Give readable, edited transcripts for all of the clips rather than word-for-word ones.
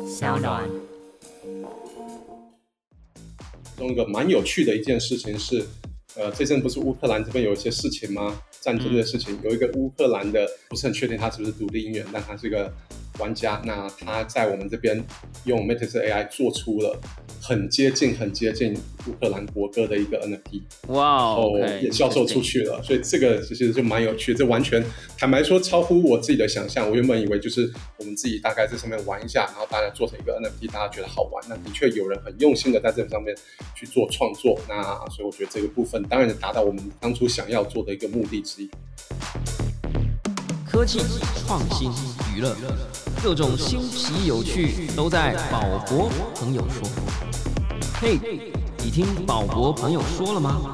小暖。 中一个蛮有趣的一件事情是，这阵不是乌克兰这边有一些事情吗？战争的事情，有一个乌克兰的，不是很确定他是不是独立音乐人，但他是一个玩家。那他在我们这边用 Matrix AI 做出了很接近乌克兰国歌的一个 NFT， 哇， 然后也销售出去了。所以这个其实就蛮有趣的，这完全坦白说超乎我自己的想象。我原本以为就是我们自己大概在上面玩一下，然后大家做成一个 NFT， 大家觉得好玩。那的确有人很用心的在这上面去做创作，那所以我觉得这个部分当然达到我们当初想要做的一个目的之一。 科技、创新、娱乐，各种新奇有趣都在宝博朋友说。嘿，你听宝博朋友说了吗？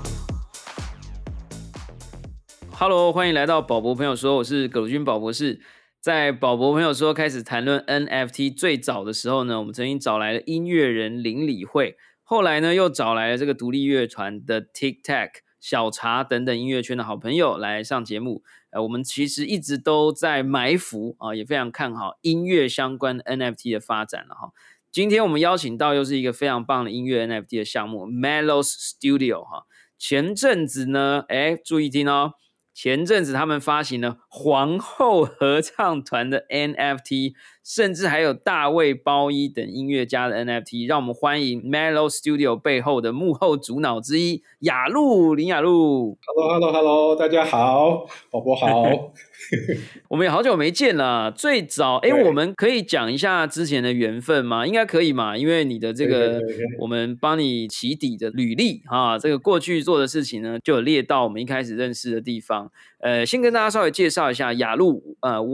Hello， 欢迎来到宝博朋友说，我是葛如君宝博士。在宝博朋友说开始谈论 NFT 最早的时候呢，我们曾经找来了音乐人林理惠，后来呢又找来了这个独立乐团的 Tic Tac、小茶等等音乐圈的好朋友来上节目。我们其实一直都在埋伏啊，也非常看好音乐相关 NFT 的发展了哈。今天我们邀请到又是一个非常棒的音乐 NFT 的项目 Melos Studio 哈。前阵子呢，注意听哦。前阵子他们发行了皇后合唱团的 NFT， 甚至还有大卫鲍伊等音乐家的 NFT， 让我们欢迎 Melos Studio 背后的幕后主脑之一雅璐，林雅璐。 Hello， 大家好，宝宝好。 我们也好久没见了。最早，我们可以讲一下之前的缘分吗？应该可以嘛，因为你的这个我们帮你起底的履历啊，这个过去做的事情呢，就有列到我们一开始认识的地方。先跟大家稍微介绍一下雅璐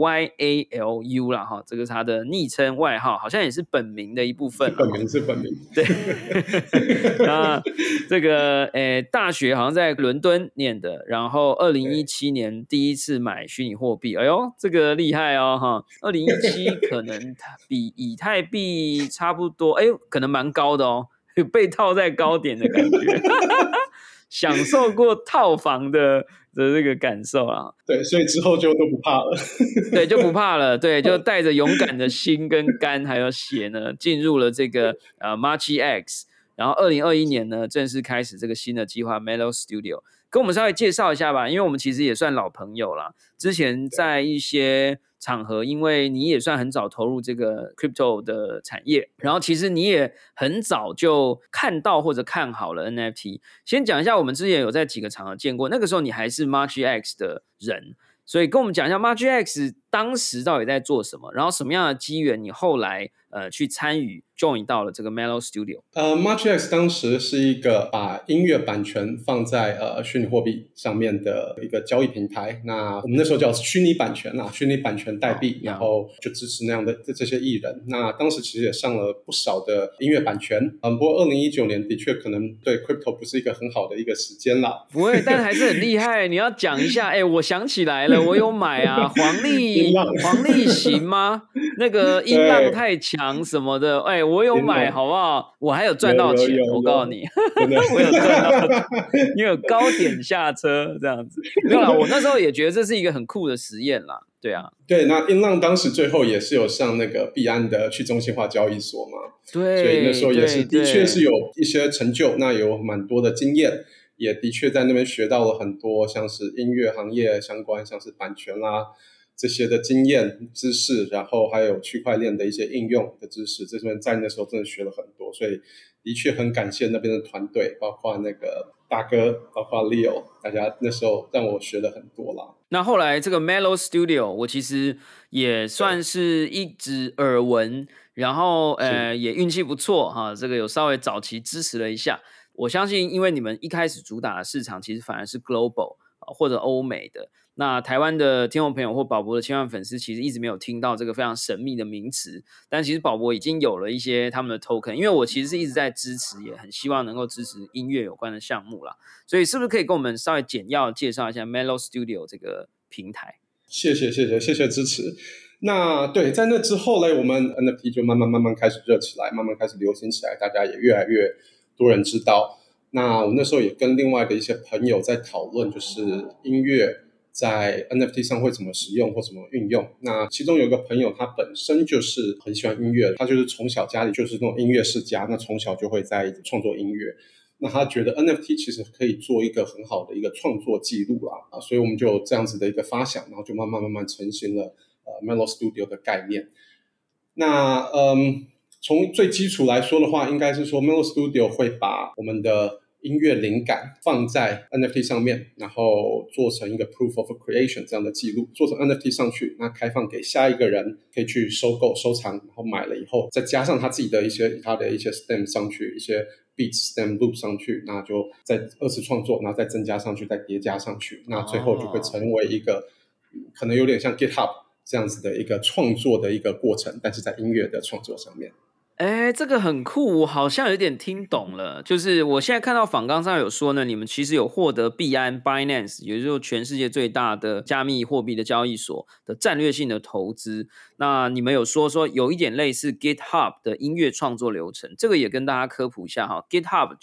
，YALU 啦哈，这个是他的昵称外号，好像也是本名的一部分。 是本名。 对。那这个大学好像在伦敦念的，然后2017年第一次买虚拟货币，哎呦，这个厉害哦哈！2017可能比以太币差不多，可能蛮高的哦，有被套在高点的感觉。享受过套房的这个感受啊， 对，所以之后就都不怕了。 对，就不怕了，对，就带着勇敢的心跟肝还有血呢，进入了这个Marchi X， 然后2021年呢正式开始这个新的计划 Melos Studio， 跟我们稍微介绍一下吧，因为我们其实也算老朋友啦，之前在一些场合，因为你也算很早投入这个 crypto 的产业，然后其实你也很早就看到或者看好了 NFT。先讲一下，我们之前有在几个场合见过，那个时候你还是 Marchi X 的人，所以跟我们讲一下 Marchi X 当时到底在做什么，然后什么样的机缘你后来去参与 join 到了这个 Melos Studio。 Marchi X 当时是一个把音乐版权放在虚拟货币上面的一个交易平台，那我们那时候叫虚拟版权啦，虚拟版权代币，然后就支持那样的这些艺人。那当时其实也上了不少的音乐版权，不过2019年的确可能对 crypto 不是一个很好的一个时间啦。 不会，但还是很厉害。你要讲一下，我想起来了，我有买啊，黄立行吗？那个音浪太强什么的，我有买，好不好？我还有赚到钱，我告诉你，我有赚到钱，因为有高点下车这样子。没有啦，我那时候也觉得这是一个很酷的实验啦。对啊， 对，那音浪当时最后也是有上那个币安的去中心化交易所嘛， 对， 所以那时候也是的确是有一些成就，那有蛮多的经验，也的确在那边学到了很多，像是音乐行业相关，像是版权啦这些的经验知识，然后还有区块链的一些应用的知识，这边在那时候真的学了很多，所以的确很感谢那边的团队，包括那个大哥，包括 Leo， 大家那时候让我学了很多啦。 那后来这个 Melos Studio 我其实也算是一直耳闻，然后也运气不错哈，这个有稍微早期支持了一下。我相信因为你们一开始主打的市场其实反而是 global 或者欧美的，那台湾的听众朋友或宝博的千万粉丝其实一直没有听到这个非常神秘的名词，但其实宝博已经有了一些他们的 token， 因为我其实是一直在支持，也很希望能够支持音乐有关的项目啦，所以是不是可以跟我们稍微简要介绍一下 Melos Studio 这个平台？ 谢谢支持。那对，在那之后呢，我们 NFT 就慢慢开始热起来，慢慢开始流行起来，大家也越来越多人知道。那我那时候也跟另外的一些朋友在讨论，就是音乐在 NFT 上会怎么使用或怎么运用。那其中有一个朋友，他本身就是很喜欢音乐，他就是从小家里就是那种音乐世家，那从小就会在创作音乐。那他觉得 NFT 其实可以做一个很好的一个创作记录啦，所以我们就有这样子的一个发想，然后就慢慢成型了Mellow Studio 的概念。那从最基础来说的话，应该是说 Mellow Studio 会把我们的音乐灵感放在 NFT 上面，然后做成一个 Proof of Creation 这样的记录，做成 NFT 上去，那开放给下一个人可以去收购收藏，然后买了以后再加上他的一些 stem 上去，一些 beats stem loop 上去，那就再二次创作，然后再增加上去，再叠加上去，那最后就会成为一个可能有点像 GitHub 这样子的一个创作的一个过程，但是在音乐的创作上面。 这个很酷，我好像有点听懂了。就是我现在看到访纲上有说呢，你们其实有获得币安 Binance， 也就是全世界最大的加密货币的交易所的战略性的投资。那你们有说有一点类似 GitHub 的音乐创作流程，这个也跟大家科普一下哈。GitHub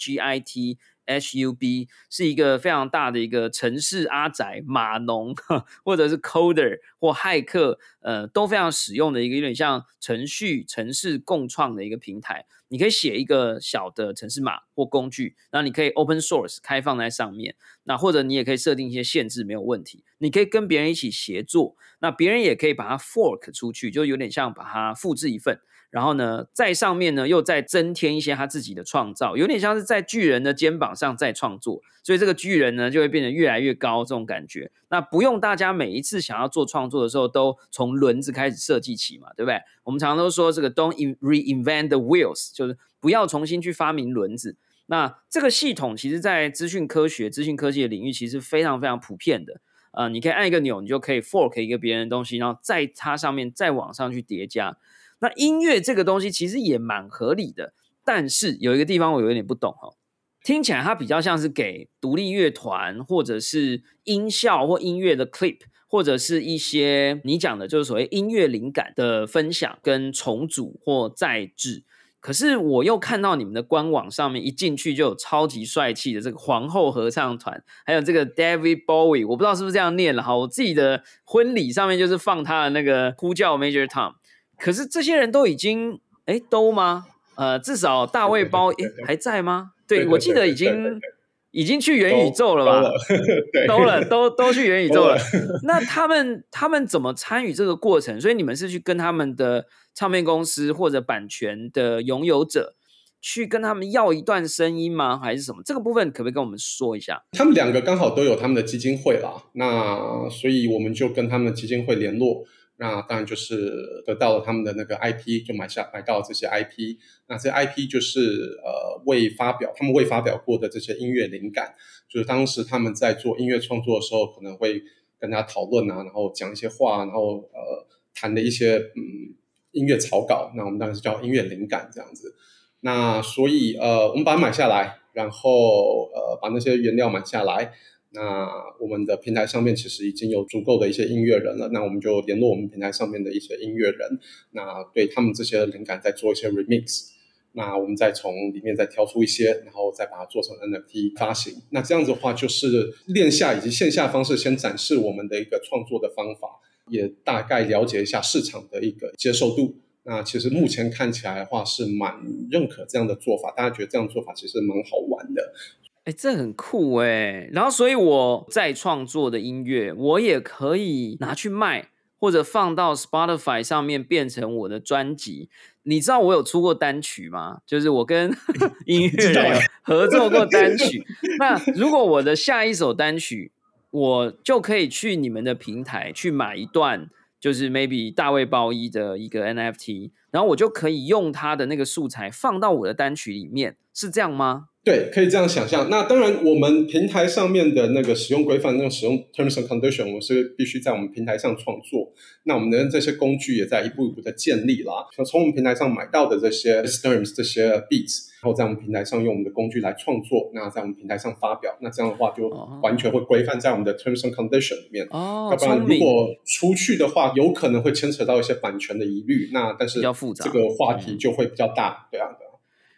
GitHub 是一个非常大的一个程式阿宅码农或者是 coder 或骇客都非常使用的一个有点像程式共创的一个平台。你可以写一个小的程式码或工具，然后你可以 open source 开放在上面，那或者你也可以设定一些限制，没有问题。你可以跟别人一起协作，那别人也可以把它 fork 出去，就有点像把它复制一份，然后呢在上面呢又再增添一些他自己的创造，有点像是在巨人的肩膀上再创作，所以这个巨人呢就会变得越来越高这种感觉。那不用大家每一次想要做创作的时候都从轮子开始设计起嘛，对不对？我们常常都说这个 don't reinvent the wheels， 就是不要重新去发明轮子。那这个系统其实在资讯科学资讯科技的领域其实非常非常普遍的。你可以按一个钮，你就可以 fork 一个别人的东西，然后在它上面再往上去叠加。那音乐这个东西其实也蛮合理的，但是有一个地方我有点不懂听起来它比较像是给独立乐团或者是音效或音乐的 clip， 或者是一些你讲的就是所谓音乐灵感的分享跟重组或再制。可是我又看到你们的官网上面一进去就有超级帅气的这个皇后合唱团，还有这个 David Bowie， 我不知道是不是这样念了哈，我自己的婚礼上面就是放他的那个呼叫 Major Tom， 可是这些人都已经都吗？至少大卫包还在吗？对，我记得已经去元宇宙了吧？都去元宇宙了。那他们怎么参与这个过程？所以你们是去跟他们的唱片公司或者版权的拥有者去跟他们要一段声音吗？还是什么？这个部分可不可以跟我们说一下？ 他们两个刚好都有他们的基金会啦，那所以我们就跟他们的基金会联络。那当然就是得到了他们的那个 IP， 就买到了这些 IP。那这些 IP 就是他们未发表过的这些音乐灵感，就是当时他们在做音乐创作的时候，可能会跟他讨论啊，然后讲一些话，然后谈的一些音乐草稿。那我们当然是叫音乐灵感这样子。那所以我们把它买下来，然后把那些原料买下来。那我们的平台上面其实已经有足够的一些音乐人了，那我们就联络我们平台上面的一些音乐人，那对他们这些灵感再做一些 remix， 那我们再从里面再挑出一些，然后再把它做成 NFT 发行。那这样子的话就是链下以及线下方式先展示我们的一个创作的方法，也大概了解一下市场的一个接受度。那其实目前看起来的话是蛮认可这样的做法，大家觉得这样做法其实蛮好玩的。 这很酷然后所以我在创作的音乐我也可以拿去卖，或者放到 Spotify 上面变成我的专辑。你知道我有出过单曲吗？就是我跟音乐人有合作过单曲那如果我的下一首单曲我就可以去你们的平台去买一段就是 maybe 大卫鲍伊的一个 NFT， 然后我就可以用他的那个素材放到我的单曲里面，是这样吗？ 对，可以这样想象。那当然我们平台上面的那个使用规范，那种使用 terms and condition 我们是必须在我们平台上创作，那我们的这些工具也在一步一步的建立啦。从我们平台上买到的这些 terms 这些 beats， 然后在我们平台上用我们的工具来创作，那在我们平台上发表，那这样的话就完全会规范在我们的 terms and condition 里面。要不然如果出去的话有可能会牵扯到一些版权的疑虑，那但是这个话题就会比较大。对啊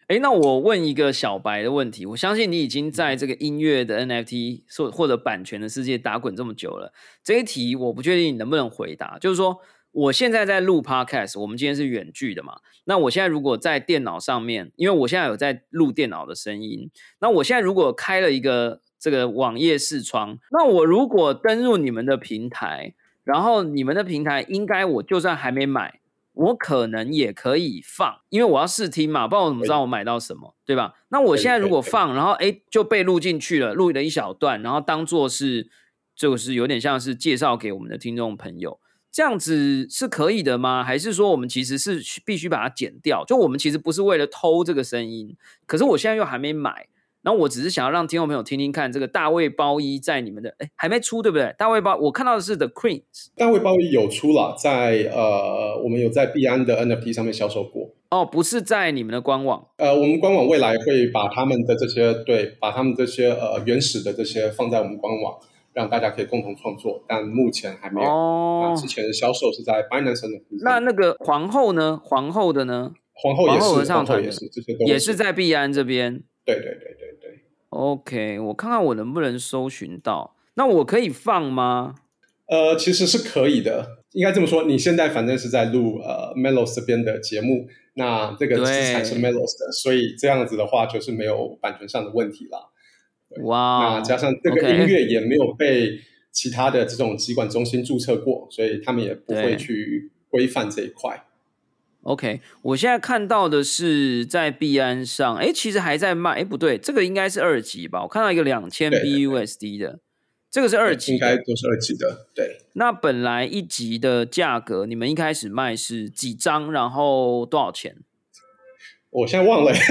那我问一个小白的问题，我相信你已经在这个音乐的 NFT 或者版权的世界打滚这么久了，这一题我不确定你能不能回答，就是说我现在在录 podcast， 我们今天是远距的嘛，那我现在如果在电脑上面，因为我现在有在录电脑的声音，那我现在如果开了一个这个网页视窗，那我如果登入你们的平台，然后你们的平台应该我就算还没买，我可能也可以放，因为我要试听嘛，不然我怎么知道我买到什么，对吧？那我现在如果放，然后就被录进去了，录了一小段，然后当作是就是有点像是介绍给我们的听众朋友，这样子是可以的吗？还是说我们其实是必须把它剪掉？就我们其实不是为了偷这个声音，可是我现在又还没买。然后我只是想要让听众朋友听听看，这个大卫包衣在你们的还没出对不对？大卫包我看到的是 The Queens， 大卫包衣有出了，在我们有在币安的 NFT 上面销售过。 不是在你们的官网。 我们官网未来会把他们的这些原始的这些放在我们官网，让大家可以共同创作，但目前还没有。那之前的销售是在 Binance NFT 上面。 那个皇后呢？皇后的呢？ 皇后也是， 合唱团也是，这些都也是在币安这边。 对。 OK， 我看看我能不能搜寻到。那我可以放吗？ 其实是可以的。应该这么说，你现在反正是在录Melos 这边的节目，那这个资产是 Melos 的，所以这样子的话就是没有版权上的问题啦。 哇， 那加上这个音乐也没有被其他的这种集管中心注册过，所以他们也不会去规范这一块。 OK， 我现在看到的是在币安上，其实还在卖，不对，这个应该是2级吧？我看到一个2000 BUSD 的，这个是2级的， 应该都是2级的，对。 那本来1级的价格，你们一开始卖是几张，然后多少钱？ 我现在忘了，是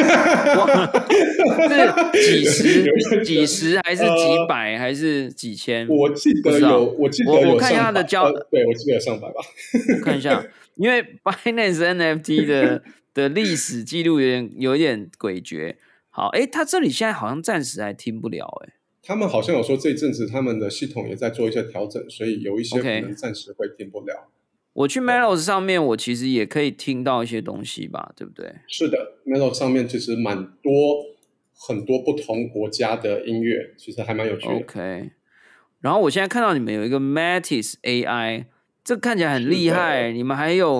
几十还是几百还是几千？ 我记得有， 我看一下它的对，我记得有上百吧。 我看一下，因为 Binance NFT 的历史记录有点诡谲。好，他这里现在好像暂时还听不了， 他们好像有说这一阵子他们的系统也在做一些调整，所以有一些可能暂时会听不了。 我去 Melos 上面，我其实也可以听到一些东西吧，对不对？ 是的 ，Melos 上面其实很多不同国家的音乐，其实还蛮有趣的。 OK， 然后我现在看到你们有一个 Mattis AI， 这看起来很厉害。你们还有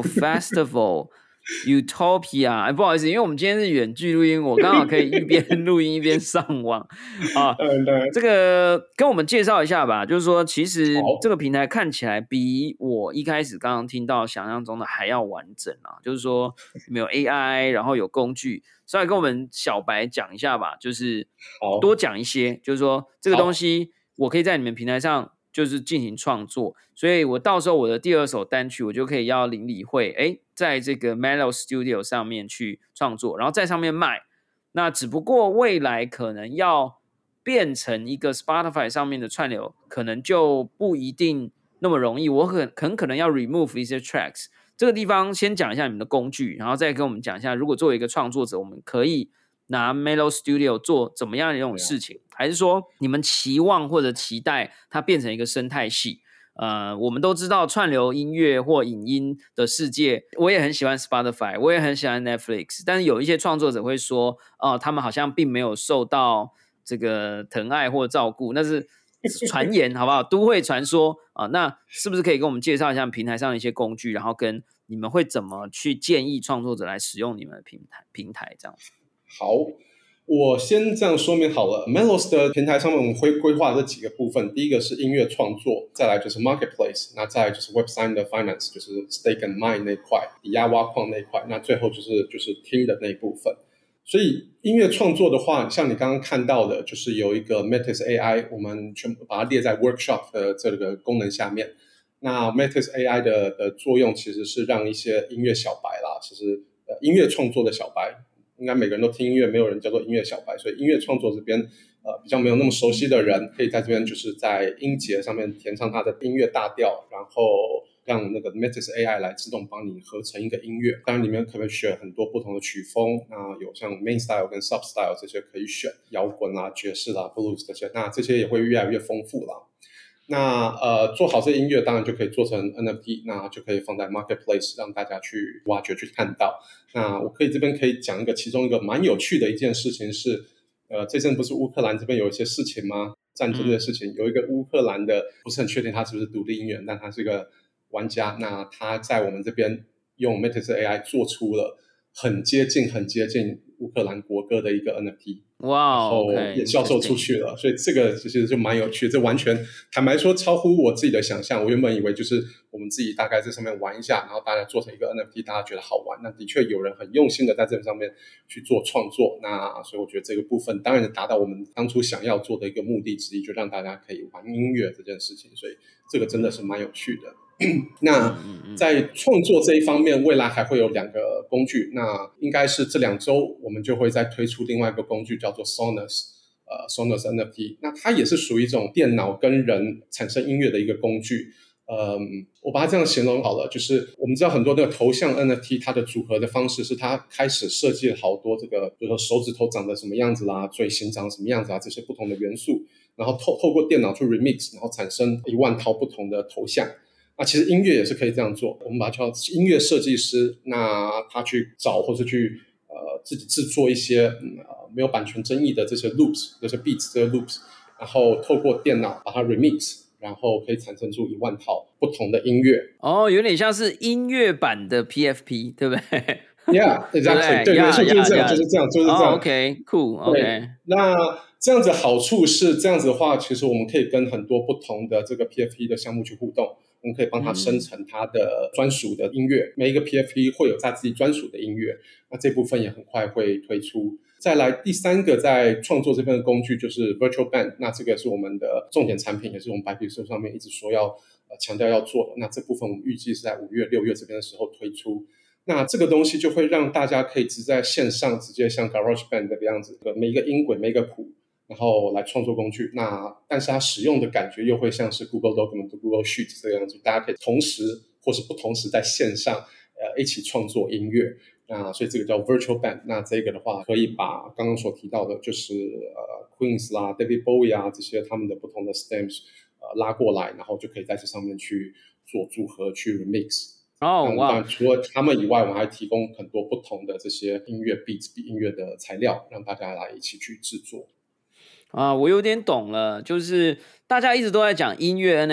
Festival、Utopia，不好意思，因为我们今天是远距录音，我刚好可以一边录音一边上网啊。这个跟我们介绍一下吧，就是说，其实这个平台看起来比我一开始刚刚听到想象中的还要完整啊。就是说，你们有 AI， 然后有工具，稍微跟我们小白讲一下吧，就是多讲一些，就是说这个东西我可以在你们平台上就是进行创作，所以我到时候我的第2首单曲我就可以要邻里会在这个 Melos Studio 上面去创作，然后在上面卖。那只不过未来可能要变成一个 Spotify 上面的串流，可能就不一定那么容易，我可能要 remove 一些 tracks。这个地方先讲一下你们的工具，然后再跟我们讲一下，如果作为一个创作者，我们可以拿 Melos Studio 做怎么样的一种事情，还是说你们期望或者期待它变成一个生态系？我们都知道串流音乐或影音的世界，我也很喜欢 Spotify， 我也很喜欢 Netflix， 但是有一些创作者会说，他们好像并没有受到这个疼爱或照顾，那是传言好不好？都会传说那是不是可以跟我们介绍一下平台上的一些工具，然后跟你们会怎么去建议创作者来使用你们的平台这样子？ 好，我先这样说明好了。Melos 的平台上面我们会规划这几个部分，第一个是音乐创作，再来就是 Marketplace， 那再来就是 Web3 的 Finance， 就是 Stake and Mine 那块，抵押挖矿那块，那最后就是听的那一部分。所以音乐创作的话，像你刚刚看到的，就是有一个 Mattis AI， 我们全部把它列在 Workshop 的这个功能下面。那 Mattis AI 的作用其实是让一些音乐小白啦，其实音乐创作的小白，应该每个人都听音乐，没有人叫做音乐小白，所以音乐创作这边比较没有那么熟悉的人，可以在这边就是在音节上面填上它的音乐大调，然后让那个 Mattis AI 来自动帮你合成一个音乐。当然里面可以选很多不同的曲风，那有像 Main Style 跟 Sub Style 这些可以选，摇滚啦、爵士啦、Blues 这些，那这些也会越来越丰富啦。 那做好这音乐当然就可以做成 NFT， 那就可以放在 marketplace 让大家去挖掘去看到。那我这边可以讲其中一个蛮有趣的一件事情是，这阵不是乌克兰这边有一些事情吗？战争的事情，有一个乌克兰的不是很确定他是不是独立音乐人，但他是个玩家，那他在我们这边用 Metis AI 做出了很接近乌克兰国歌的一个 NFT， 然后也销售出去了，所以这个其实就蛮有趣的，这完全坦白说超乎我自己的想象。我原本以为就是我们自己大概在上面玩一下，然后大家做成一个 NFT， 大家觉得好玩，那的确有人很用心的在这上面去做创作，那所以我觉得这个部分当然达到我们当初想要做的一个目的之一，就让大家可以玩音乐这件事情，所以这个真的是蛮有趣的。那在创作这一方面，未来还会有2个工具，那应该是这2周我们就会再推出另外一个工具叫做 Sonos NFT， 那它也是属于一种电脑跟人产生音乐的一个工具。我把它这样形容好了，就是我们知道很多那个头像 NFT 它的组合的方式是它开始设计了好多这个，比如说手指头长得什么样子啦，嘴型长什么样子啊，这些不同的元素，然后透过电脑去 remix， 然后产生10000套不同的头像。那其实音乐也是可以这样做，我们把它叫音乐设计师，那他去找或是去自己制作一些没有版权争议的这些 loops， 这些 beats， 这些 loops， 然后透过电脑把它 remix， 然后可以产生出10000套不同的音乐。 有点像是音乐版的 PFP， 对不对 ？Yeah, exactly， 对，就是这样，就是这样。 OK, cool, OK。 那这样子好处是，这样子的话，其实我们可以跟很多不同的这个 PFP 的项目去互动。我们可以帮他生成他的专属的音乐，每一个 PFP 会有他自己专属的音乐，那这部分也很快会推出。再来第3个在创作这边的工具就是 Virtual Band， 那这个是我们的重点产品，也是我们白皮书上面一直说要强调要做的。那这部分我们预计是在5月、6月这边的时候推出。那这个东西就会让大家可以直在线上直接像 GarageBand 这个样子，每一个音轨、每一个谱，然后来创作工具，但是它使用的感觉又会像是 Google Document、Google Sheet 这个样子，大家可以同时或是不同时在线上一起创作音乐。那所以这个叫 Virtual Band。那这个的话可以把刚刚所提到的就是Queens 啦、David Bowie 啊这些他们的不同的 stems 拉过来，然后就可以在这上面去做组合去 remix。哇！除了他们以外，我们还提供很多不同的这些音乐 beats 音乐的材料，让大家来一起去制作。 我有点懂了，就是大家一直都在讲音乐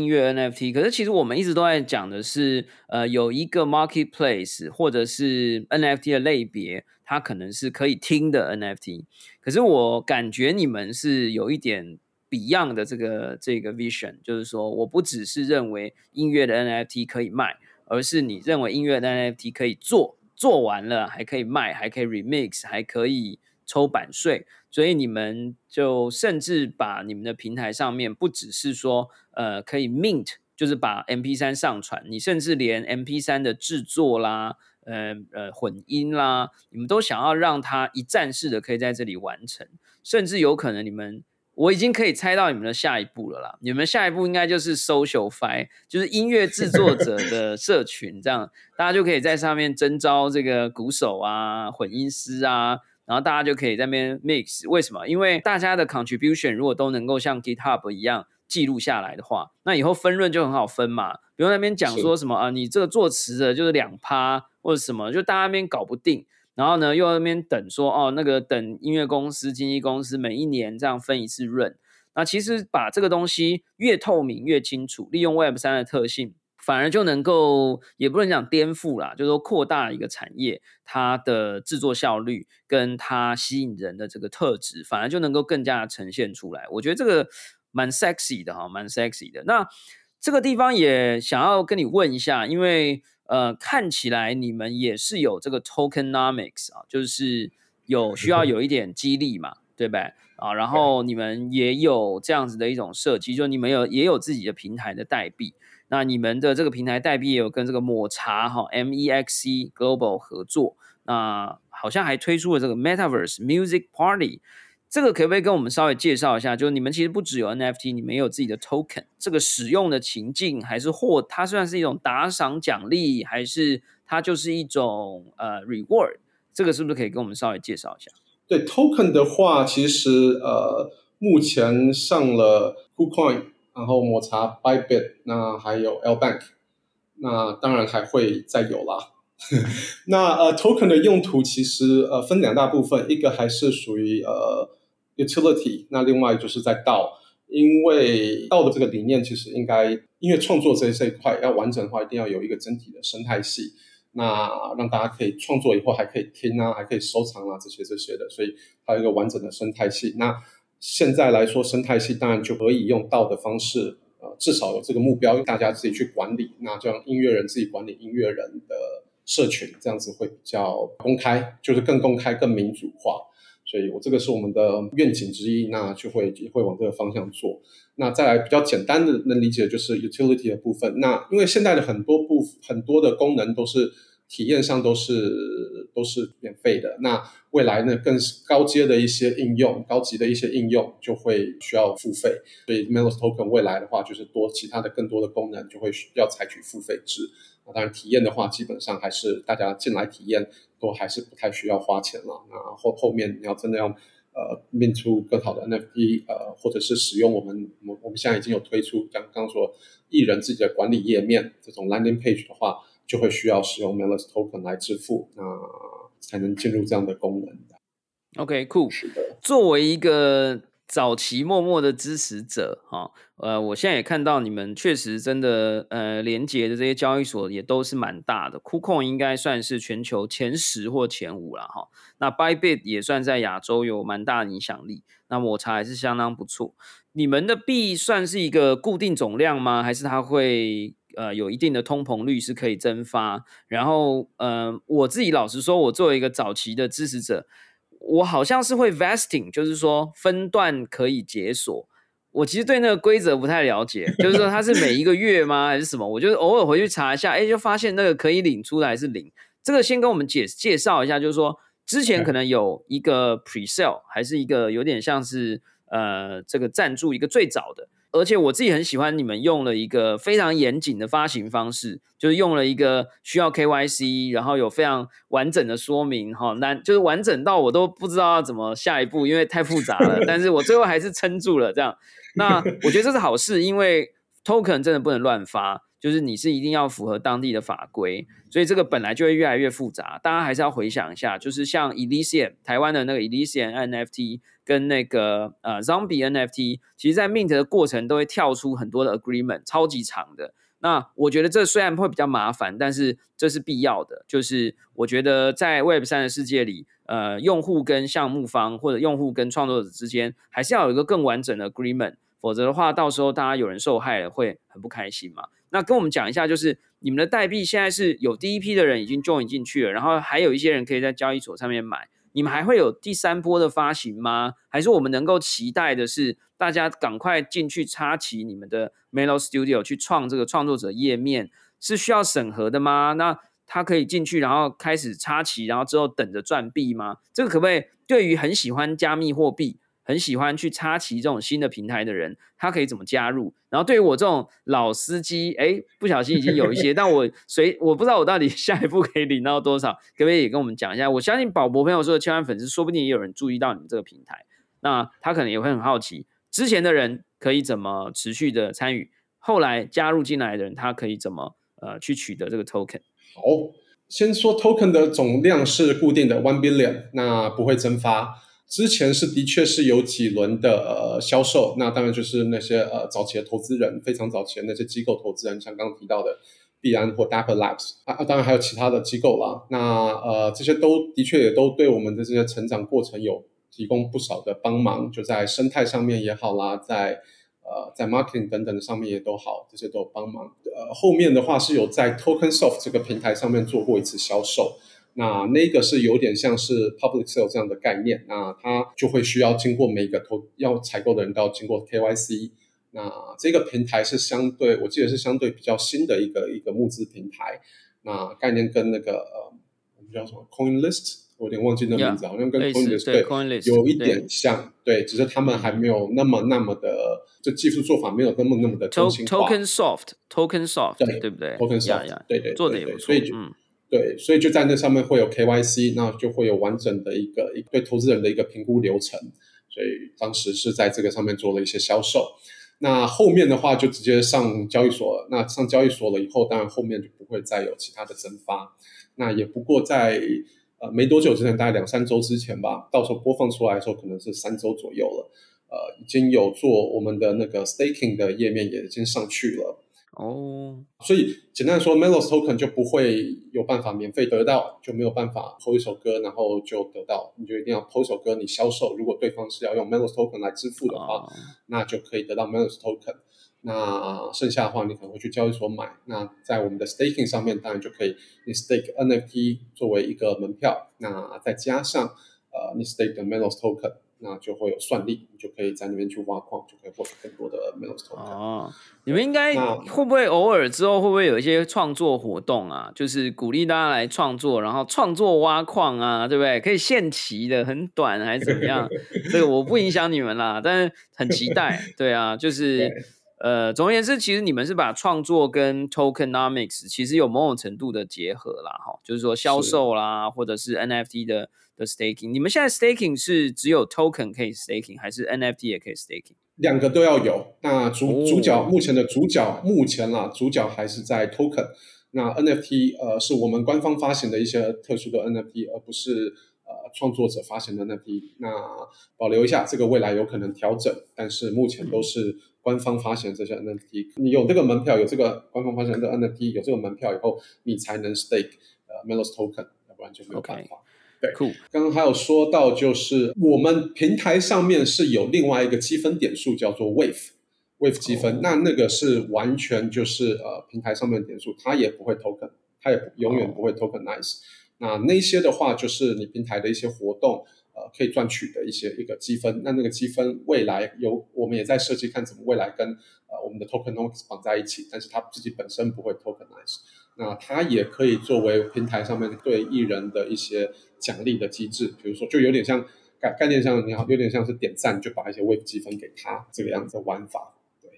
NFT， 可是其实我们一直都在讲的是，有一个 marketplace 或者是 NFT 的类别，它可能是可以听的 NFT。可是我感觉你们是有一点 Beyond 的这个 vision， 就是说我不只是认为音乐的 NFT 可以卖，而是你认为音乐的 NFT 可以做完了还可以卖，还可以 remix， 还可以抽版税。所以你们就甚至把你们的平台上面不只是说可以 mint， 就是把 MP3 上传，你甚至连 MP3 的制作啦混音啦，你们都想要让它一站式的可以在这里完成，甚至有可能我已经可以猜到你们的下一步了啦。你们下一步应该就是 SocialFi， 就是音乐制作者的社群，这样大家就可以在上面征召这个鼓手啊、混音师啊，然后大家就可以在那边 mix。 为什么？因为大家的 contribution 如果都能够像 GitHub 一样记录下来的话，那以后分润就很好分嘛。比如那边讲说什么你这个作词的就是 2% 或者什么，就大家那边搞不定，然后呢又在那边等说那个等音乐公司、经纪公司每一年这样分一次润。那其实把这个东西越透明越清楚，利用 Web3 的特性，反而就能够也不能讲颠覆啦，就是说扩大一个产业它的制作效率跟它吸引人的这个特质，反而就能够更加的呈现出来。我觉得这个蛮 sexy 的蛮 sexy 的。那这个地方也想要跟你问一下，因为看起来你们也是有这个 tokenomics 就是需要有一点激励嘛，对不对然后你们也有这样子的一种设计，就你们也有自己的平台的代币。那你们的这个平台代币也有跟这个抹茶MEXC Global 合作，那好像还推出了这个 Metaverse Music Party。这个可不可以跟我们稍微介绍一下？就是你们其实不只有 NFT， 你们也有自己的 token， 这个使用的情境，还是它算是一种打赏奖励，还是它就是一种reward？ 这个是不是可以跟我们稍微介绍一下？ 对 token 的话，其实目前上了 KuCoin 然后抹茶 Bybit， 那还有 LBank， 那当然还会再有啦。那token 的用途其实分两大部分，一个还是属于utility， 那另外就是在DAO，因为DAO的这个理念其实应该音乐创作这一块要完整的话，一定要有一个整体的生态系，那让大家可以创作以后还可以听啊，还可以收藏啊，这些的，所以还有一个完整的生态系。那现在来说生态系当然就可以用DAO的方式至少有这个目标，大家自己去管理，那这样音乐人自己管理音乐人的社群，这样子会比较公开，就是更公开更民主化，所以这个是我们的愿景之一，那也会往这个方向做。那再来比较简单的能理解就是 utility 的部分，那因为现在的很多的功能都是体验上都是免费的，那未来呢更高阶的一些应用，高级的一些应用就会需要付费，所以 Melos Token 未来的话就是其他的更多的功能就会要采取付费制。当然体验的话基本上还是大家进来体验都还是不太需要花钱了，那后面你要真的要命出更好的 NFT 或者是使用我们现在已经有推出刚说艺人自己的管理页面这种 landing page 的话，就会需要使用 Melos Token 来支付，那才能进入这样的功能。 OK cool。 作为一个早期默默的支持者我现在也看到你们确实真的连结的这些交易所也都是蛮大的， KuCoin 应该算是全球前10或前5啦那 Bybit 也算在亚洲有蛮大的影响力，那抹茶还是相当不错。你们的币算是一个固定总量吗？还是它会有一定的通膨率是可以增发？然后我自己老实说，我作为一个早期的支持者，我好像是会 vesting， 就是说分段可以解锁。我其实对那个规则不太了解，就是说它是每一个月吗还是什么？我就偶尔回去查一下，就发现那个可以领出来是0。这个先跟我们介绍一下，就是说之前可能有一个 pre-sale， 还是一个有点像是这个赞助一个最早的。而且我自己很喜欢你们用了一个非常严谨的发行方式，就是用了一个需要 KYC， 然后有非常完整的说明就是完整到我都不知道要怎么下一步，因为太复杂了但是我最后还是撑住了这样。那我觉得这是好事，因为 token 真的不能乱发，就是你是一定要符合当地的法规，所以这个本来就会越来越复杂。大家还是要回想一下，就是像 Elysium 台湾的那个 Elysium NFT 跟那个Zombie NFT， 其实在 mint 的过程都会跳出很多的 agreement， 超级长的。那我觉得这虽然会比较麻烦，但是这是必要的。就是我觉得在 Web3 的世界里，用户跟项目方或者用户跟创作者之间，还是要有一个更完整的 agreement， 否则的话，到时候大家有人受害了，会很不开心嘛。那跟我们讲一下，就是你们的代币现在是有第一批的人已经 join 进去了，然后还有一些人可以在交易所上面买。你们还会有第3波的发行吗？还是我们能够期待的是大家赶快进去插旗你们的 Melos Studio 去创这个创作者页面？是需要审核的吗？那他可以进去然后开始插旗，然后之后等着赚币吗？这个可不可以对于很喜欢加密货币，很喜欢去插旗这种新的平台的人，他可以怎么加入？然后对于我这种老司机，不小心已经有一些，但我不知道我到底下一步可以领到多少，可不可以也跟我们讲一下？我相信宝博朋友说的千万粉丝，说不定也有人注意到你们这个平台，那他可能也会很好奇，之前的人可以怎么持续的参与，后来加入进来的人，他可以怎么去取得这个 token？ 好，先说 token 的总量是固定的 1 billion， 那不会增发。之前的确是有几轮的销售，那当然就是那些早期的投资人，非常早期的那些机构投资人，像刚刚提到的币安或 Dapper Labs 当然还有其他的机构啦。那这些都的确也都对我们的这些成长过程有提供不少的帮忙，就在生态上面也好啦，在 marketing 等等的上面也都好，这些都有帮忙。后面的话是有在 TokenSoft 这个平台上面做过一次销售。那个是有点像是 public sale 这样的概念，那它就会需要经过每个要采购的人都要经过 KYC。 那这个平台是我记得是相对比较新的一个募资平台，那概念跟那个我们叫什么 CoinList， 我有点忘记那名字，好像跟 CoinList 对有一点像，对，只是他们还没有那么的，就技术做法没有那么的中心化。 TokenSoft 对不对？ TokenSoft 对， 做的也不错， 对，所以就在那上面会有 KYC， 那就会有完整的一个对投资人的一个评估流程，所以当时是在这个上面做了一些销售。 那后面的话就直接上交易所了，那上交易所了以后，当然后面就不会再有其他的增发。那也不过在没多久之前，大概2-3周之前吧，到时候播放出来的时候可能是3周左右了，已经有做我们的那个 staking 的页面也已经上去了。所以简单的说 Melos Token 就不会有办法免费得到，就没有办法 po 一首歌然后就得到，你就一定要 po 一首歌，你销售如果对方是要用 Melos Token 来支付的话，那就可以得到 Melos Token。那剩下的话你可能会去交易所买，那在我们的 staking 上面当然就可以你 stake NFT 作为一个门票，那再加上你 stake 的 Melos Token， 那就会有算力，你就可以在那边去挖矿，就可以获得更多的 Melos Token。 你们应该会不会偶尔之后会不会有一些创作活动啊？就是鼓励大家来创作，然后创作挖矿啊，对不对？可以限期的，很短还是怎么样？这个我不影响你们啦，但是很期待。对啊，就是总而言之，其实你们是把创作跟 tokenomics 其实有某种程度的结合啦，就是说销售啦，或者是 NFT 的 staking。你们现在 staking 是只有 token 可以 staking， 还是 NFT 也可以 staking？ 两个都要有。那主角目前的主角还是在 token。那 NFT 是我们官方发行的一些特殊的 NFT， 而不是创作者发行的 NFT。那保留一下，这个未来有可能调整，但是目前都是官方发行的这些 NFT。你有这个门票，有这个官方发行的 NFT， 有这个门票以后，你才能 stake Melos Token， 要不然就没有办法。对，刚刚还有说到，就是我们平台上面是有另外一个积分点数叫做 Wave 积分，那个是完全就是平台上面的点数，它也不会 token， 它也永远不会 tokenize。那些的话就是你平台的一些活动可以赚取的一个积分，那个积分未来我们也在设计看怎么未来跟我们的 tokenomics 绑在一起，但是它自己本身不会 tokenize。那它也可以作为平台上面对艺人的一些奖励的机制，比如说就有点像概念上有点像是点赞就把一些 Wave 积分给他这个样子的玩法。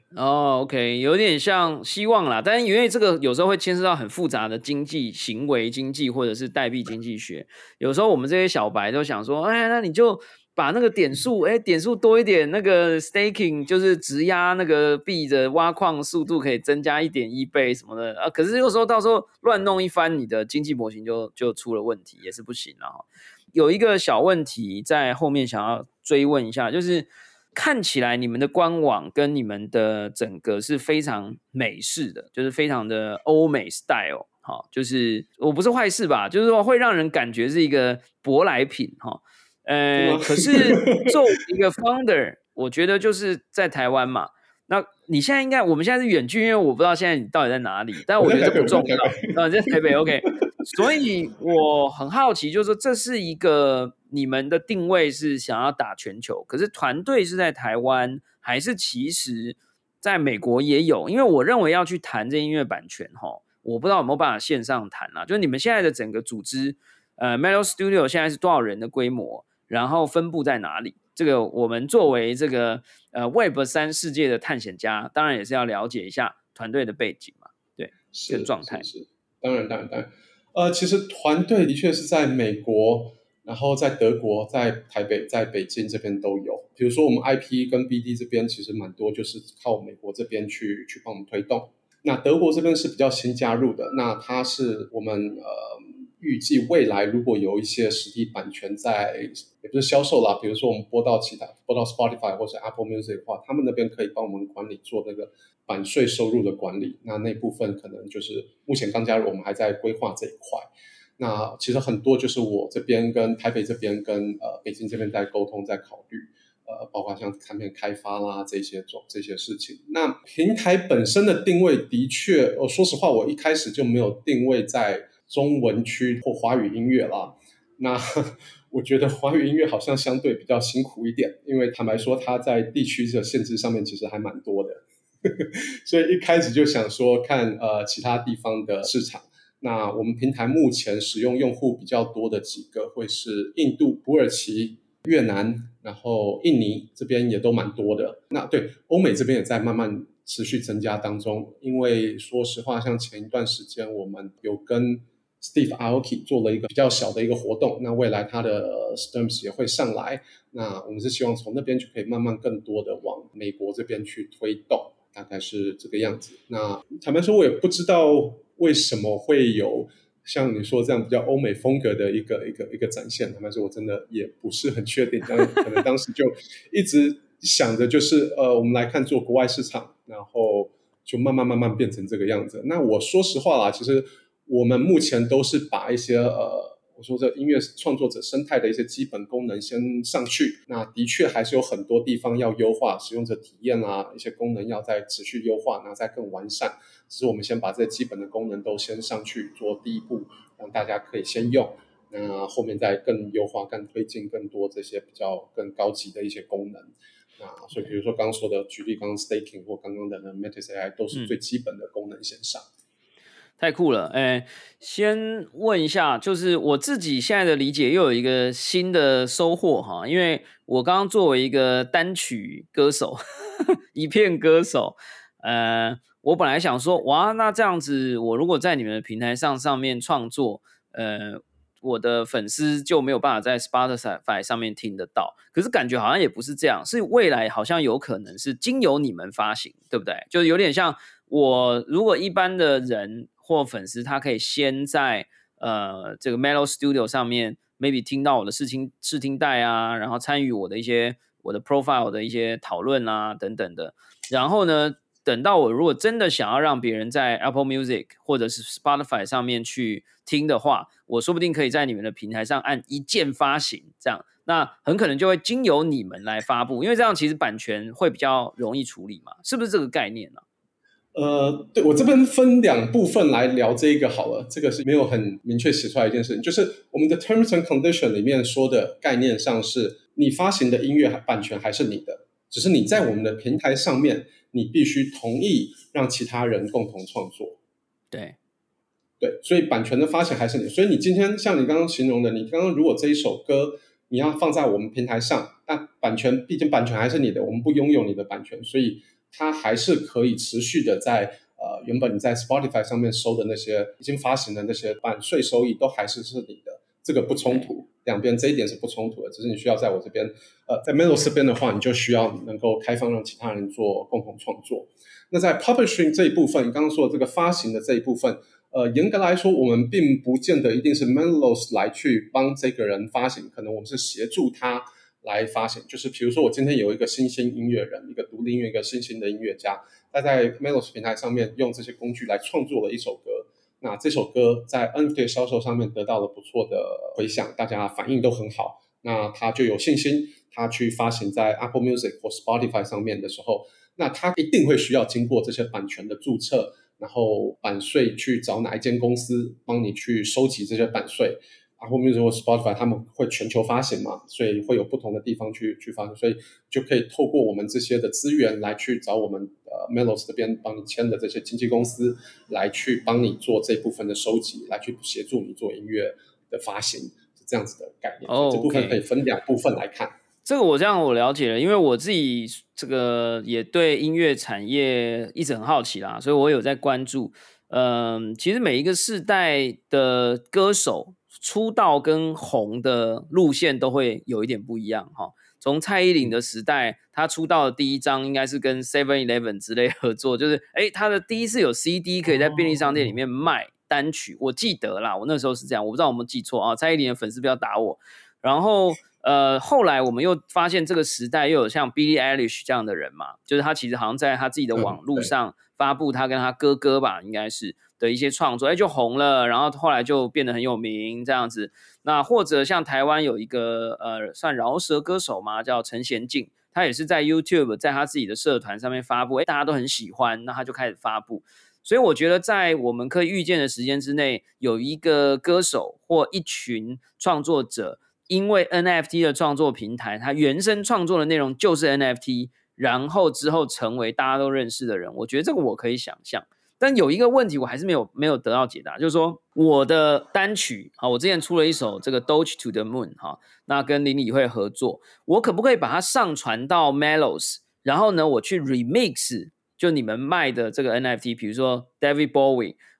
OK， 有点像希望啦，但是因为这个有时候会牵涉到很复杂的经济行为经济或者是代币经济学，有时候我们这些小白都想说，那你就把那个点数多一点，那个 staking 就是质押那个币的挖矿速度可以增加 1.1 倍什么的可是有时候到时候乱弄一番，你的经济模型就出了问题，也是不行了。有一个小问题在后面想要追问一下，就是看起来你们的官网跟你们的整个是非常美式的，就是非常的欧美 style， 就是我不是坏事吧，就是说会让人感觉是一个舶来品可是作为一个 founder， 我觉得就是在台湾嘛，那你现在我们现在是远距，因为我不知道现在你到底在哪里，但我觉得这不重要。你在台北 OK， 所以我很好奇，就是说这是一个你们的定位是想要打全球，可是团队是在台湾，还是其实在美国也有？因为我认为要去谈这音乐版权我不知道有没有办法线上谈啦。就是你们现在的整个组织Melos Studio 现在是多少人的规模，然后分布在哪里？这个我们作为这个Web3 世界的探险家，当然也是要了解一下团队的背景嘛，对，跟状态。 是，当然。其实团队的确是在美国，然后在德国，在台北，在北京这边都有。比如说我们 IP 跟 BD 这边其实蛮多，就是靠美国这边去帮我们推动。那德国这边是比较新加入的，那它是我们预计未来如果有一些实体版权在，也不是销售啦，比如说我们播到 Spotify 或者 Apple Music 的话，他们那边可以帮我们管理做那个版税收入的管理，那部分可能就是目前刚加入，我们还在规划这一块。那其实很多就是我这边跟台北这边跟北京这边在沟通，在考虑包括像产品开发啦这些事情。那平台本身的定位的确说实话我一开始就没有定位在中文区或华语音乐啦。那我觉得华语音乐好像相对比较辛苦一点，因为坦白说它在地区的限制上面其实还蛮多的所以一开始就想说看其他地方的市场。那我们平台目前使用用户比较多的几个会是印度、土耳其、越南，然后印尼这边也都蛮多的。那对欧美这边也在慢慢持续增加当中，因为说实话像前一段时间我们有跟 Steve Aoki 做了一个比较小的一个活动，那未来他的 Stamps 也会上来，那我们是希望从那边就可以慢慢更多的往美国这边去推动，大概是这个样子。那坦白说我也不知道为什么会有像你说这样比较欧美风格的一个展现，坦白说我真的也不是很确定，但可能当时就一直想着就是我们来看做国外市场，然后就慢慢变成这个样子。那我说实话啦，其实我们目前都是把一些我说这音乐创作者生态的一些基本功能先上去，那的确还是有很多地方要优化，使用者体验啊，一些功能要再持续优化，然后再更完善。只是我们先把这些基本的功能都先上去做第一步，让大家可以先用，那后面再更优化、更推进更多这些比较更高级的一些功能。那所以比如说刚刚说的，举例刚刚 staking 或刚刚的 Metis AI 都是最基本的功能先上。 太酷了，先问一下，就是我自己现在的理解又有一个新的收获哈，因为我刚刚作为一个单曲歌手，一片歌手，我本来想说，哇，那这样子，我如果在你们的平台上面创作，我的粉丝就没有办法在 Spotify 上面听得到，可是感觉好像也不是这样，是未来好像有可能是经由你们发行，对不对？就有点像我如果一般的人或粉丝，他可以先在这个 Mellow Studio 上面 maybe 听到我的试听带啊，然后参与我的 profile 的一些讨论啊等等的，然后呢，等到我如果真的想要让别人在 Apple Music 或者是 Spotify 上面去听的话，我说不定可以在你们的平台上按一键发行，这样那很可能就会经由你们来发布，因为这样其实版权会比较容易处理嘛，是不是这个概念呢？ 对，我这边分两部分来聊这个好了，这个是没有很明确写出来一件事情，就是我们的 Terms and Condition 里面说的概念上是你发行的音乐版权还是你的，只是你在我们的平台上面你必须同意让其他人共同创作。 对， 所以版权的发行还是你，所以你今天像你刚刚形容的，你刚刚如果这一首歌你要放在我们平台上，那毕竟版权还是你的，我们不拥有你的版权，所以它还是可以持续的在原本你在 Spotify 上面收的那些已经发行的那些版税收益都还是你的，这个不冲突，两边这一点是不冲突的，只是你需要在我这边在 Mellow 这边的话，你就需要能够开放让其他人做共同创作。那在 Publishing 这一部分，你刚刚说的这个发行的这一部分，严格来说我们并不见得一定是 Mellow 来去帮这个人发行，可能我们是协助他来发行，就是比如说我今天有一个新兴音乐人，一个独立音乐，一个新兴的音乐家，他在 Mellow 平台上面用这些工具来创作了一首歌，那这首歌在 NFT 销售上面得到了不错的回响，大家反应都很好，那他就有信心，他去发行在 Apple Music 或 Spotify 上面的时候，那他一定会需要经过这些版权的注册，然后版税去找哪一间公司帮你去收集这些版税。Apple Music 或 Spotify 他们会全球发行嘛，所以会有不同的地方去发行，所以就可以透过我们这些的资源来去找我们Mellow 这边帮你签的这些经纪公司来去帮你做这部分的收集，来去协助你做音乐的发行，是这样子的概念。这部分可以分两部分来看。 这个我了解了，因为我自己这个也对音乐产业一直很好奇啦，所以我有在关注。其实每一个世代的歌手出道跟红的路线都会有一点不一样哈。从蔡依林的时代，她出道的第一张应该是跟 7-Eleven 之类合作，就是她的第一次有 CD 可以在便利商店里面卖单曲，我记得啦，我那时候是这样，我不知道我有没有记错啊。蔡依林的粉丝不要打我。然后后来我们又发现这个时代又有像 Billie Eilish 这样的人嘛，就是他其实好像在他自己的网络上发布他跟他哥哥吧，应该是的一些创作，就红了，然后后来就变得很有名这样子。那或者像台湾有一个算饶舌歌手嘛，叫陈贤进，他也是在 YouTube 在他自己的社团上面发布，大家都很喜欢，那他就开始发布。所以我觉得在我们可以预见的时间之内，有一个歌手或一群创作者因为 NFT 的创作平台，它原生创作的内容就是 NFT， 然后之后成为大家都认识的人，我觉得这个我可以想象。但有一个问题我还是没有得到解答，就是说我的单曲，我之前出了一首这个 Doge to the Moon， 那跟林理惠合作，我可不可以把它上传到 Mellows， 然后呢我去 remix 就你们卖的这个 NFT， 比如说 David Bowie，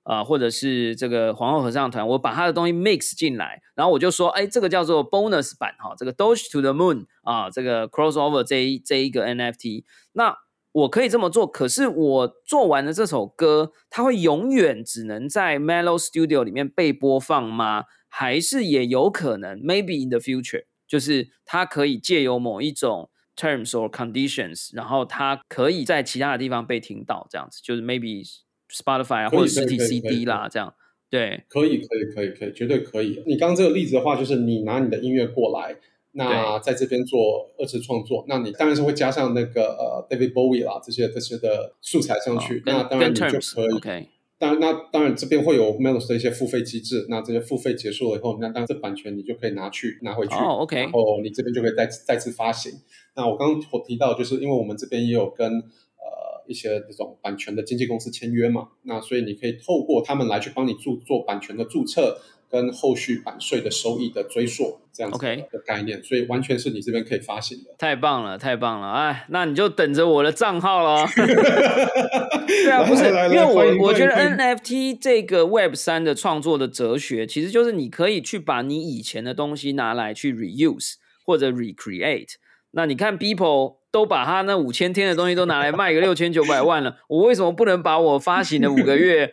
或者是这个皇后合唱团，我把它的东西 mix 进来，然后我就说，哎，这个叫做 bonus 版哈，这个 Doge to the Moon 啊，这个 crossover 这一个 NFT， 那我可以这么做，可是我做完了这首歌，它会永远只能在 Mellow Studio 里面被播放吗？还是也有可能 maybe in the future， 就是它可以借由某一种 terms or conditions， 然后它可以在其他的地方被听到，这样子就是 maybe Spotify 或者实体 CD 啦，这样对， 可以，绝对可以。你刚刚这个例子的话，就是你拿你的音乐过来，那在这边做二次创作，那你当然是会加上那个David Bowie 啦这些的素材上去，那当然你就可以。 Okay， 当然这边会有 Melos 的一些付费机制，那这些付费结束了以后，那当然这版权你就可以拿回去， okay， 然后你这边就可以再次发行。那我刚刚提到，就是因为我们这边也有跟一些这种版权的经纪公司签约嘛，那所以你可以透过他们来去帮你做版权的注册跟后续版税的收益的追溯这样子的概念，所以完全是你这边可以发行的。 太棒了，太棒了！哎，那你就等着我的账号了。对啊，不是，因为我觉得 NFT 这个 Web3 的创作的哲学，其实就是你可以去把你以前的东西拿来去 reuse 或者 recreate。那你看 Beeple 都把他那5000天的东西都拿来卖个6900万了，我为什么不能把我发行的5个月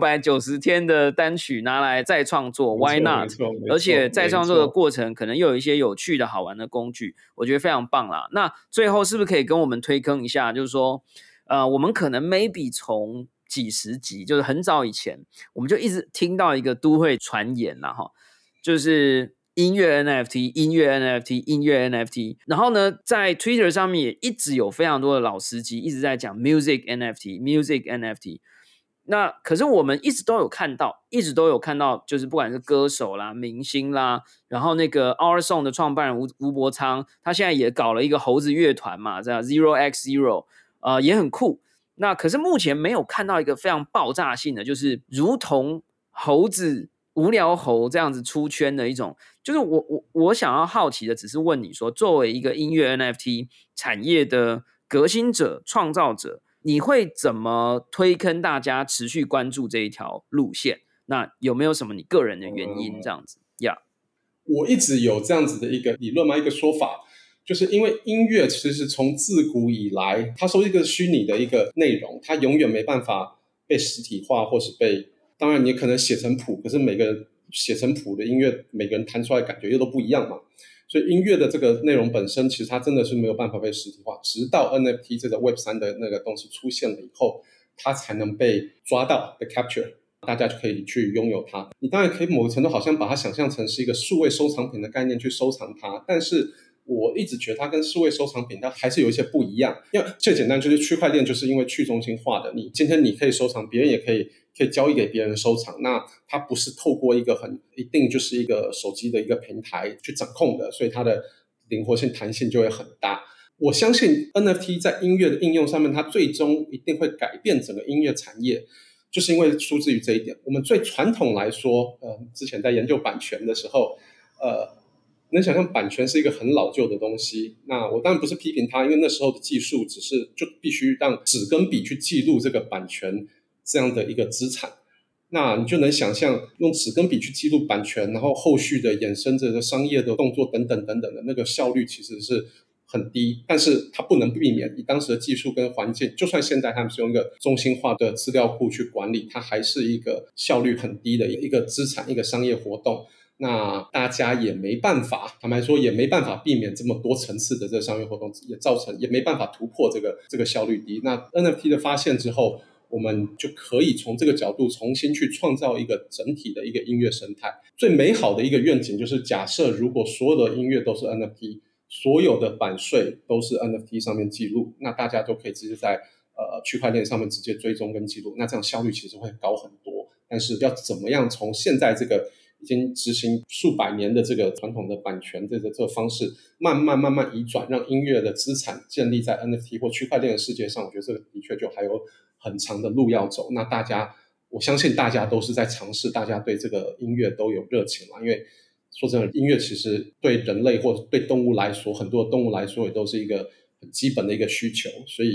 690天的单曲拿来再创作 ？Why not？ 而且再创作的过程可能又有一些有趣的好玩的工具，我觉得非常棒啦。那最后是不是可以跟我们推坑一下？就是说，我们可能 maybe 从几十集，就是很早以前，我们就一直听到一个都会传言啦，哈，就是音乐 NFT， 音乐 NFT， 音乐 NFT， 然后呢，在 Twitter 上面也一直有非常多的老司机一直在讲 Music NFT，Music NFT。那可是我们一直都有看到，就是不管是歌手啦、明星啦，然后那个 Our Song 的创办人吴伯昌，他现在也搞了一个猴子乐团嘛，这样 0x0，也很酷。那可是目前没有看到一个非常爆炸性的，就是如同猴子。无聊猴这样子出圈的一种，就是我想要好奇的，只是问你说，作为一个音乐 NFT 产业的革新者、创造者，你会怎么推坑大家持续关注这一条路线？那有没有什么你个人的原因？这样子呀？ 我一直有这样子的一个理论嘛，一个说法，就是因为音乐其实从自古以来，它是一个虚拟的一个内容，它永远没办法被实体化，或是被。当然你可能写成谱，可是每个人写成谱的音乐，每个人弹出来的感觉又都不一样嘛。所以音乐的这个内容本身，其实它真的是没有办法被实体化，直到 NFT 这个 Web3 的那个东西出现了以后，它才能被抓到，被 capture， 大家就可以去拥有它。你当然可以某个程度好像把它想象成是一个数位收藏品的概念去收藏它，但是我一直觉得它跟数位收藏品它还是有一些不一样。因为最简单就是区块链就是因为去中心化的，你今天你可以收藏，别人也可以交易给别人收藏，那它不是透过一个一定就是一个手机的一个平台去掌控的，所以它的灵活性弹性就会很大。我相信 NFT 在音乐的应用上面，它最终一定会改变整个音乐产业，就是因为出自于这一点。我们最传统来说，之前在研究版权的时候，能想象版权是一个很老旧的东西，那我当然不是批评它，因为那时候的技术只是就必须让纸跟笔去记录这个版权这样的一个资产，那你就能想象用纸跟笔去记录版权，然后后续的衍生着的商业的动作等等等等的那个效率其实是很低，但是它不能避免，以当时的技术跟环境，就算现在他们是用一个中心化的资料库去管理，它还是一个效率很低的一个资产，一个商业活动。那大家也没办法，坦白说也没办法避免这么多层次的这个商业活动，也没办法突破这个效率低。那 NFT 的发现之后，我们就可以从这个角度重新去创造一个整体的一个音乐生态。最美好的一个愿景就是假设如果所有的音乐都是 NFT， 所有的版税都是 NFT 上面记录，那大家都可以直接在区块链上面直接追踪跟记录，那这样效率其实会高很多。但是要怎么样从现在这个已经执行数百年的这个传统的版权这个方式慢慢移转，让音乐的资产建立在 NFT 或区块链的世界上，我觉得这个的确就还有很长的路要走。那我相信大家都是在尝试，大家对这个音乐都有热情嘛，因为说真的，音乐其实对人类或者对动物来说，很多动物来说也都是一个很基本的一个需求，所以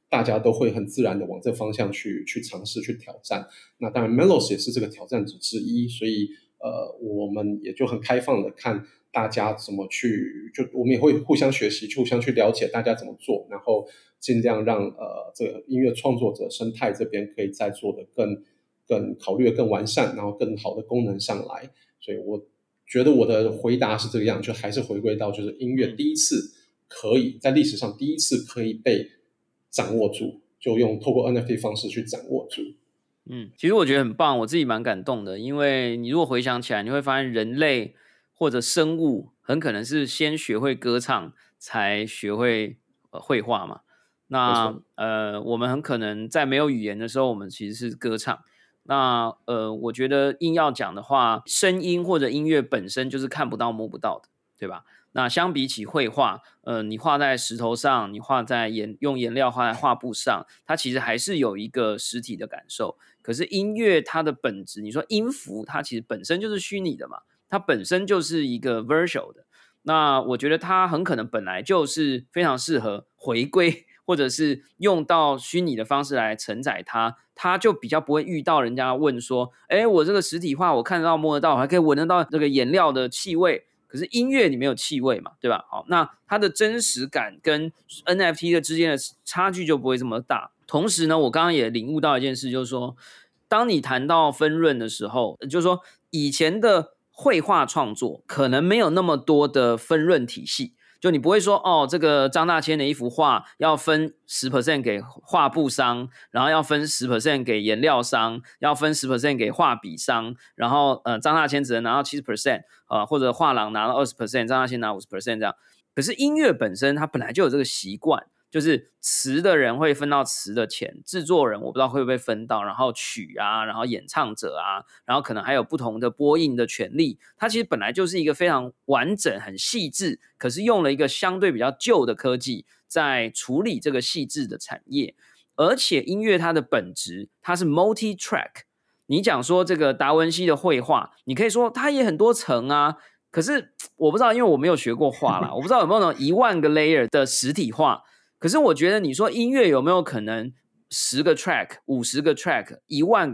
大家都会很自然的往这方向去尝试去挑战。那当然 Melos 也是这个挑战者之一，所以我们也就很开放的看大家怎么去，就我们也会互相学习，互相去了解大家怎么做，然后尽量让这个音乐创作者生态这边可以再做的更考虑的更完善，然后更好的功能上来。所以我觉得我的回答是这个样，就还是回归到就是音乐第一次可以在历史上第一次可以被掌握住，就用透过 NFT 方式去掌握住。 其实我觉得很棒，我自己蛮感动的，因为你如果回想起来，你会发现人类或者生物很可能是先学会歌唱才学会绘画嘛。那我们很可能在没有语言的时候，我们其实是歌唱。那我觉得硬要讲的话，声音或者音乐本身就是看不到摸不到的，对吧？那相比起绘画，你画在石头上，你画在用颜料画在画布上，它其实还是有一个实体的感受。可是音乐它的本质，你说音符，它其实本身就是虚拟的嘛，它本身就是一个 virtual 的。那我觉得它很可能本来就是非常适合回归，或者是用到虚拟的方式来承载它，它就比较不会遇到人家问说，我这个实体化我看得到摸得到，还可以闻得到这个颜料的气味。可是音乐你没有气味嘛，对吧？好，那它的真实感跟 NFT 的之间的差距就不会这么大。同时呢，我刚刚也领悟到一件事，就是说，当你谈到分润的时候，就是说以前的绘画创作可能没有那么多的分润体系。就你不会说这个张大千的一幅画要分 10% 给画布商，然后要分 10% 给颜料商，要分 10% 给画笔商，然后张大千只能拿到 70%，或者画廊拿到 20%， 张大千拿 50% 这样。可是音乐本身它本来就有这个习惯，就是词的人会分到词的钱，制作人我不知道会不会分到，然后曲啊，然后演唱者啊，然后可能还有不同的播映的权利，它其实本来就是一个非常完整很细致，可是用了一个相对比较旧的科技在处理这个细致的产业。而且音乐它的本质它是 multi-track， 你讲说这个达文西的绘画，你可以说它也很多层啊，可是我不知道，因为我没有学过画啦，我不知道有没有那种10000个 layer 的实体画。可是我觉得你说音乐有没有可能10个 track、50个 track、10000个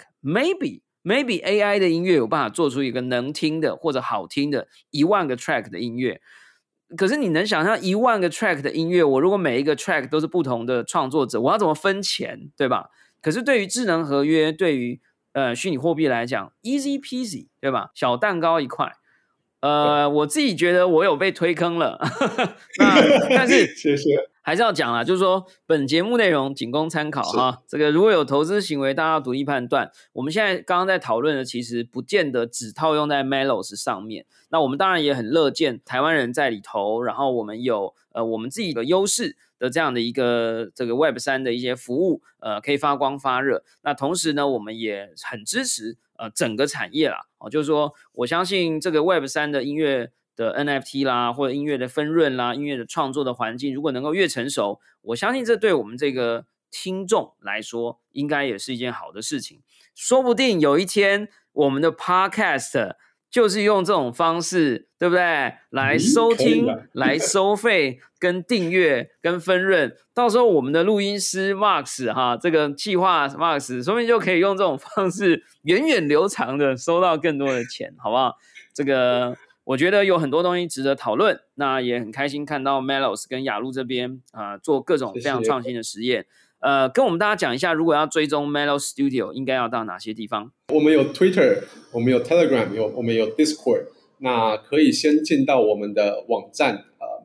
track， maybe AI 的音乐有办法做出一个能听的或者好听的10000个 track 的音乐。可是你能想象10000个 track 的音乐，我如果每一个 track 都是不同的创作者，我要怎么分钱，对吧？可是对于智能合约，对于虚拟货币来讲 easy peasy， 对吧？小蛋糕一块。我自己觉得我有被推坑了但是谢谢， 还是要讲啦，就是说本节目内容仅供参考哈。这个如果有投资行为，大家要独立判断。我们现在刚刚在讨论的，其实不见得只套用在 Melos 上面。那我们当然也很乐见台湾人在里头，然后我们有我们自己的优势的这样的一个这个 Web3 的一些服务，可以发光发热。那同时呢，我们也很支持整个产业啦，就是说我相信这个 Web3 的音乐的 NFT 啦，或者音乐的分润啦，音乐的创作的环境如果能够越成熟，我相信这对我们这个听众来说应该也是一件好的事情。说不定有一天我们的 Podcast 就是用这种方式，对不对？来收听、来收费、跟订阅、跟分润。到时候我们的录音师 Max 哈，这个企划 Max， 说不定就可以用这种方式源远流长的收到更多的钱，好不好？这个我觉得有很多东西值得讨论。那也很开心看到 Melos 跟雅鹿这边做各种非常创新的实验。跟我们大家讲一下，如果要追踪 Melos Studio 应该要到哪些地方？ 我们有 Twitter， 我们有 Telegram， 我们有 Discord。那可以先进到我们的网站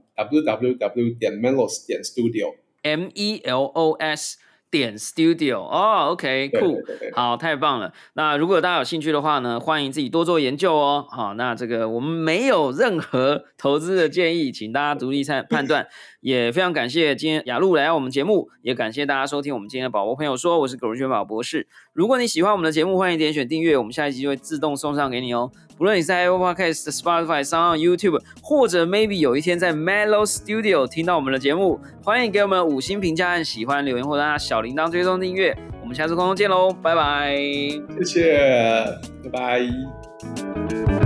www.melos.studio MELOS.studio OK cool， 好，太棒了。那如果大家有兴趣的话呢，欢迎自己多做研究哦。好，那这个我们没有任何投资的建议，请大家独立判断。也非常感谢今天雅鹿来到我们节目，也感谢大家收听我们今天的宝博朋友说，我是葛如轩宝博士。如果你喜欢我们的节目，欢迎点选订阅，我们下一集就会自动送上给你哦。不论你是在 Apple Podcast、Spotify、SoundOn、YouTube， 或者 maybe 有一天在 Melos Studio 听到我们的节目，欢迎给我们5星评价和喜欢留言，或者按小铃铛追踪订阅。我们下次空中见喽，拜拜！ 谢谢，拜拜。